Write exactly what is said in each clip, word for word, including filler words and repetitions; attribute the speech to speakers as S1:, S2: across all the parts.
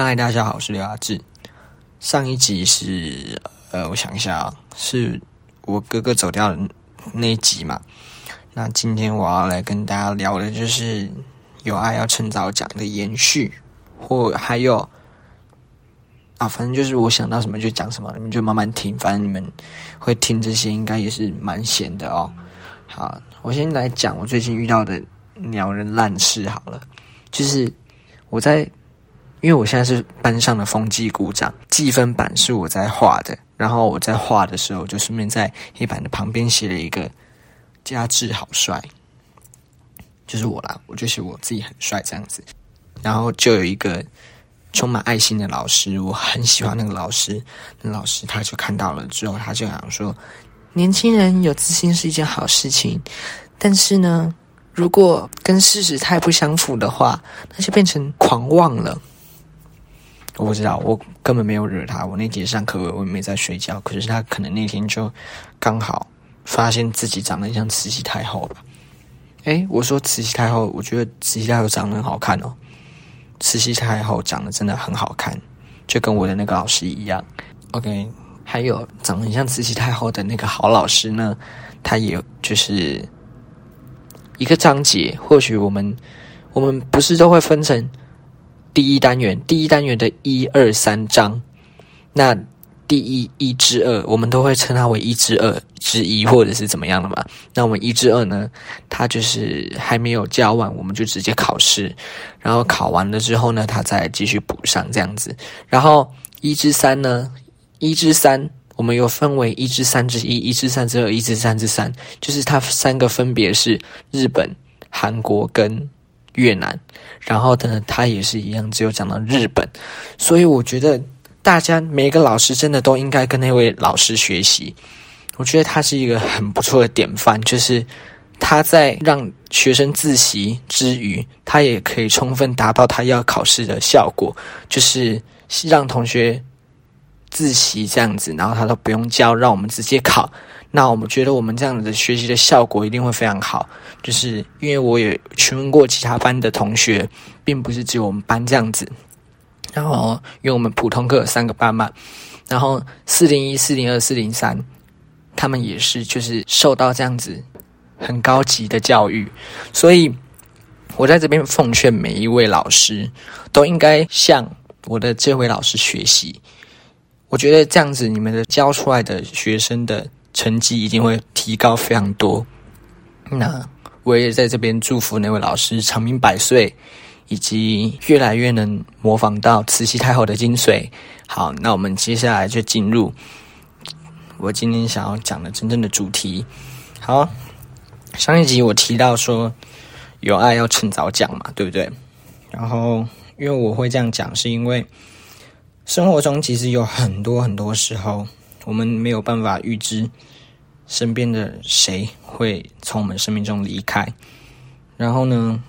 S1: 嗨，大家好，我是刘阿志。上一集是呃，我想一下啊，是我哥哥走掉的那一集嘛。那今天我要来跟大家聊的就是有爱要趁早讲的延续，或还有啊，反正就是我想到什么就讲什么，你们就慢慢听，反正你们会听这些，应该也是蛮闲的哦。好，我先来讲我最近遇到的鸟人烂事好了，就是我在。因为我现在是班上的风纪股长，计分板是我在画的，然后我在画的时候就顺便在黑板的旁边写了一个家志好帅，就是我啦，我就写我自己很帅这样子。然后就有一个充满爱心的老师，我很喜欢那个老师，那老师他就看到了之后，他就想说，年轻人有自信是一件好事情，但是呢，如果跟事实太不相符的话，那就变成狂妄了。我不知道，我根本没有惹他。我那节上课我也没在睡觉，可是他可能那天就刚好发现自己长得像慈禧太后吧。诶，我说慈禧太后，我觉得慈禧太后长得很好看哦。慈禧太后长得真的很好看，就跟我的那个老师一样。OK， 还有长得很像慈禧太后的那个好老师呢，他也就是一个章节，或许我们我们不是都会分成。第一单元，第一单元的一二三章，那第一一至二，我们都会称它为一至二之一，或者是怎么样的嘛？那我们一至二呢，它就是还没有教完，我们就直接考试，然后考完了之后呢，它再继续补上这样子。然后一至三呢，一至三我们又分为一至三之一、一至三之二、一至三之三，就是它三个分别是日本、韩国跟越南，然后呢，他也是一样，只有讲到日本，所以我觉得大家每一个老师真的都应该跟那位老师学习。我觉得他是一个很不错的典范，就是他在让学生自习之余，他也可以充分达到他要考试的效果，就是让同学自习这样子，然后他都不用教，让我们直接考。那我们觉得我们这样的学习的效果一定会非常好，就是因为我也询问过其他班的同学，并不是只有我们班这样子。然后因为我们普通课有三个班嘛，然后四零一、四零二、四零三，他们也是就是受到这样子很高级的教育，所以我在这边奉劝每一位老师都应该向我的这位老师学习。我觉得这样子你们的教出来的学生的成绩一定会提高非常多。那我也在这边祝福那位老师长命百岁，以及越来越能模仿到慈禧太后的精髓。好，那我们接下来就进入我今天想要讲的真正的主题。好，上一集我提到说有爱要趁早讲嘛，对不对？然后因为我会这样讲，是因为生活中其实有很多很多时候我们没有办法预知身边的谁会从我们生命中离开，然后呢，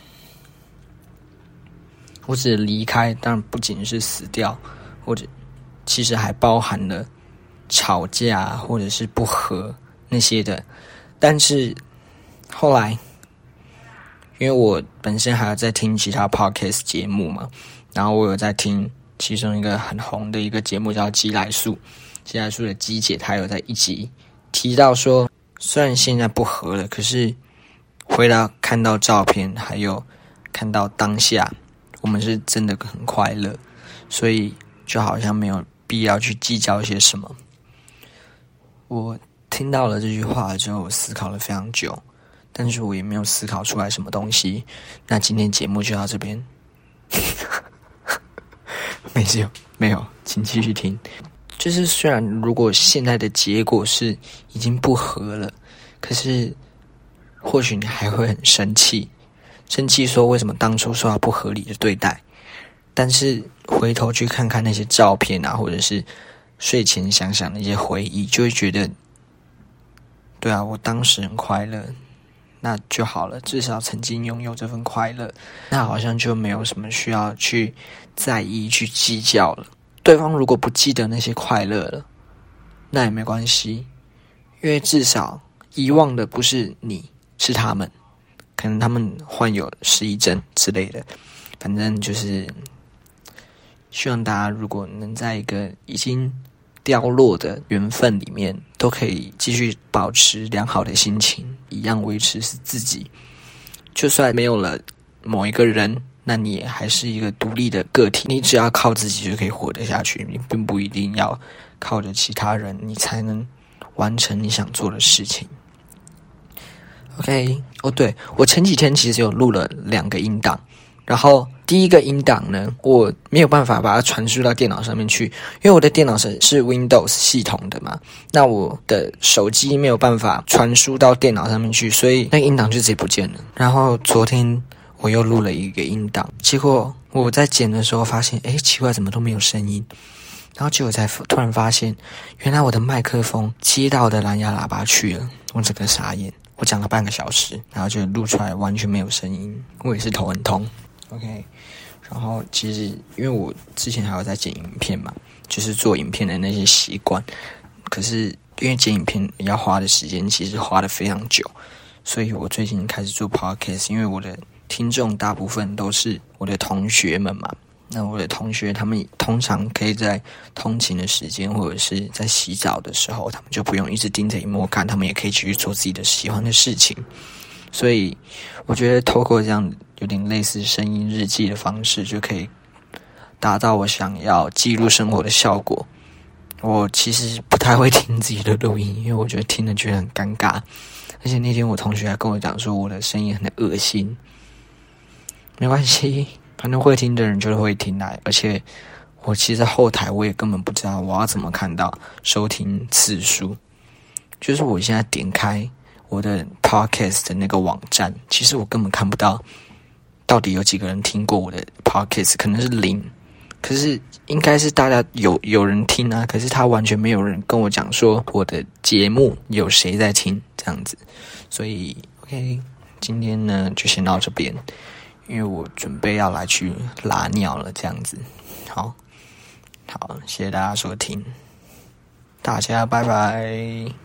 S1: 我指的离开当然不仅是死掉，或者其实还包含了吵架或者是不和那些的。但是后来因为我本身还有在听其他 podcast 节目嘛，然后我有在听其中一个很红的一个节目叫鸡来素，鸡来素的鸡姐她有在一集提到说，虽然现在不和了，可是回来看到照片还有看到当下，我们是真的很快乐，所以就好像没有必要去计较一些什么。我听到了这句话之后，我思考了非常久，但是我也没有思考出来什么东西。那今天节目就到这边。没有没有，请继续听。就是虽然如果现在的结果是已经不和了，可是或许你还会很生气，生气说为什么当初受到不合理的对待。但是回头去看看那些照片啊，或者是睡前想想那些回忆，就会觉得对啊，我当时很快乐，那就好了，至少曾经拥有这份快乐，那好像就没有什么需要去在意去计较了。对方如果不记得那些快乐了，那也没关系，因为至少遗忘的不是你，是他们，可能他们患有失忆症之类的，反正就是希望大家如果能在一个已经掉落的缘分里面，都可以继续保持良好的心情，一样维持是自己。就算没有了某一个人，那你也还是一个独立的个体，你只要靠自己就可以活得下去，你并不一定要靠着其他人，你才能完成你想做的事情。OK， 哦对，我前几天其实有录了两个音档，然后第一个音档呢，我没有办法把它传输到电脑上面去，因为我的电脑是是 Windows 系统的嘛，那我的手机没有办法传输到电脑上面去，所以那个音档就直接不见了。然后昨天我又录了一个音档，结果我在剪的时候发现，诶，奇怪，怎么都没有声音？然后结果才突然发现，原来我的麦克风接到我的蓝牙喇叭去了，我整个傻眼。我讲了半个小时，然后就录出来完全没有声音，我也是头很痛。OK， 然后其实因为我之前还有在剪影片嘛，就是做影片的那些习惯，可是因为剪影片要花的时间其实花得非常久，所以我最近开始做 podcast， 因为我的听众大部分都是我的同学们嘛。那我的同学他们通常可以在通勤的时间或者是在洗澡的时候，他们就不用一直盯着荧幕看，他们也可以继续做自己的喜欢的事情。所以我觉得透过这样有点类似声音日记的方式，就可以达到我想要记录生活的效果。我其实不太会听自己的录音，因为我觉得听了觉得很尴尬，而且那天我同学还跟我讲说我的声音很恶心。没关系，反正会听的人就会听来，而且我其实后台我也根本不知道我要怎么看到收听次数。就是我现在点开我的 podcast 的那个网站，其实我根本看不到到底有几个人听过我的 podcast， 可能是零，可是应该是大家有有人听啊，可是他完全没有人跟我讲说我的节目有谁在听这样子。所以 OK， 今天呢就先到这边，因为我准备要来去拉尿了这样子。好好，谢谢大家收听，大家拜拜。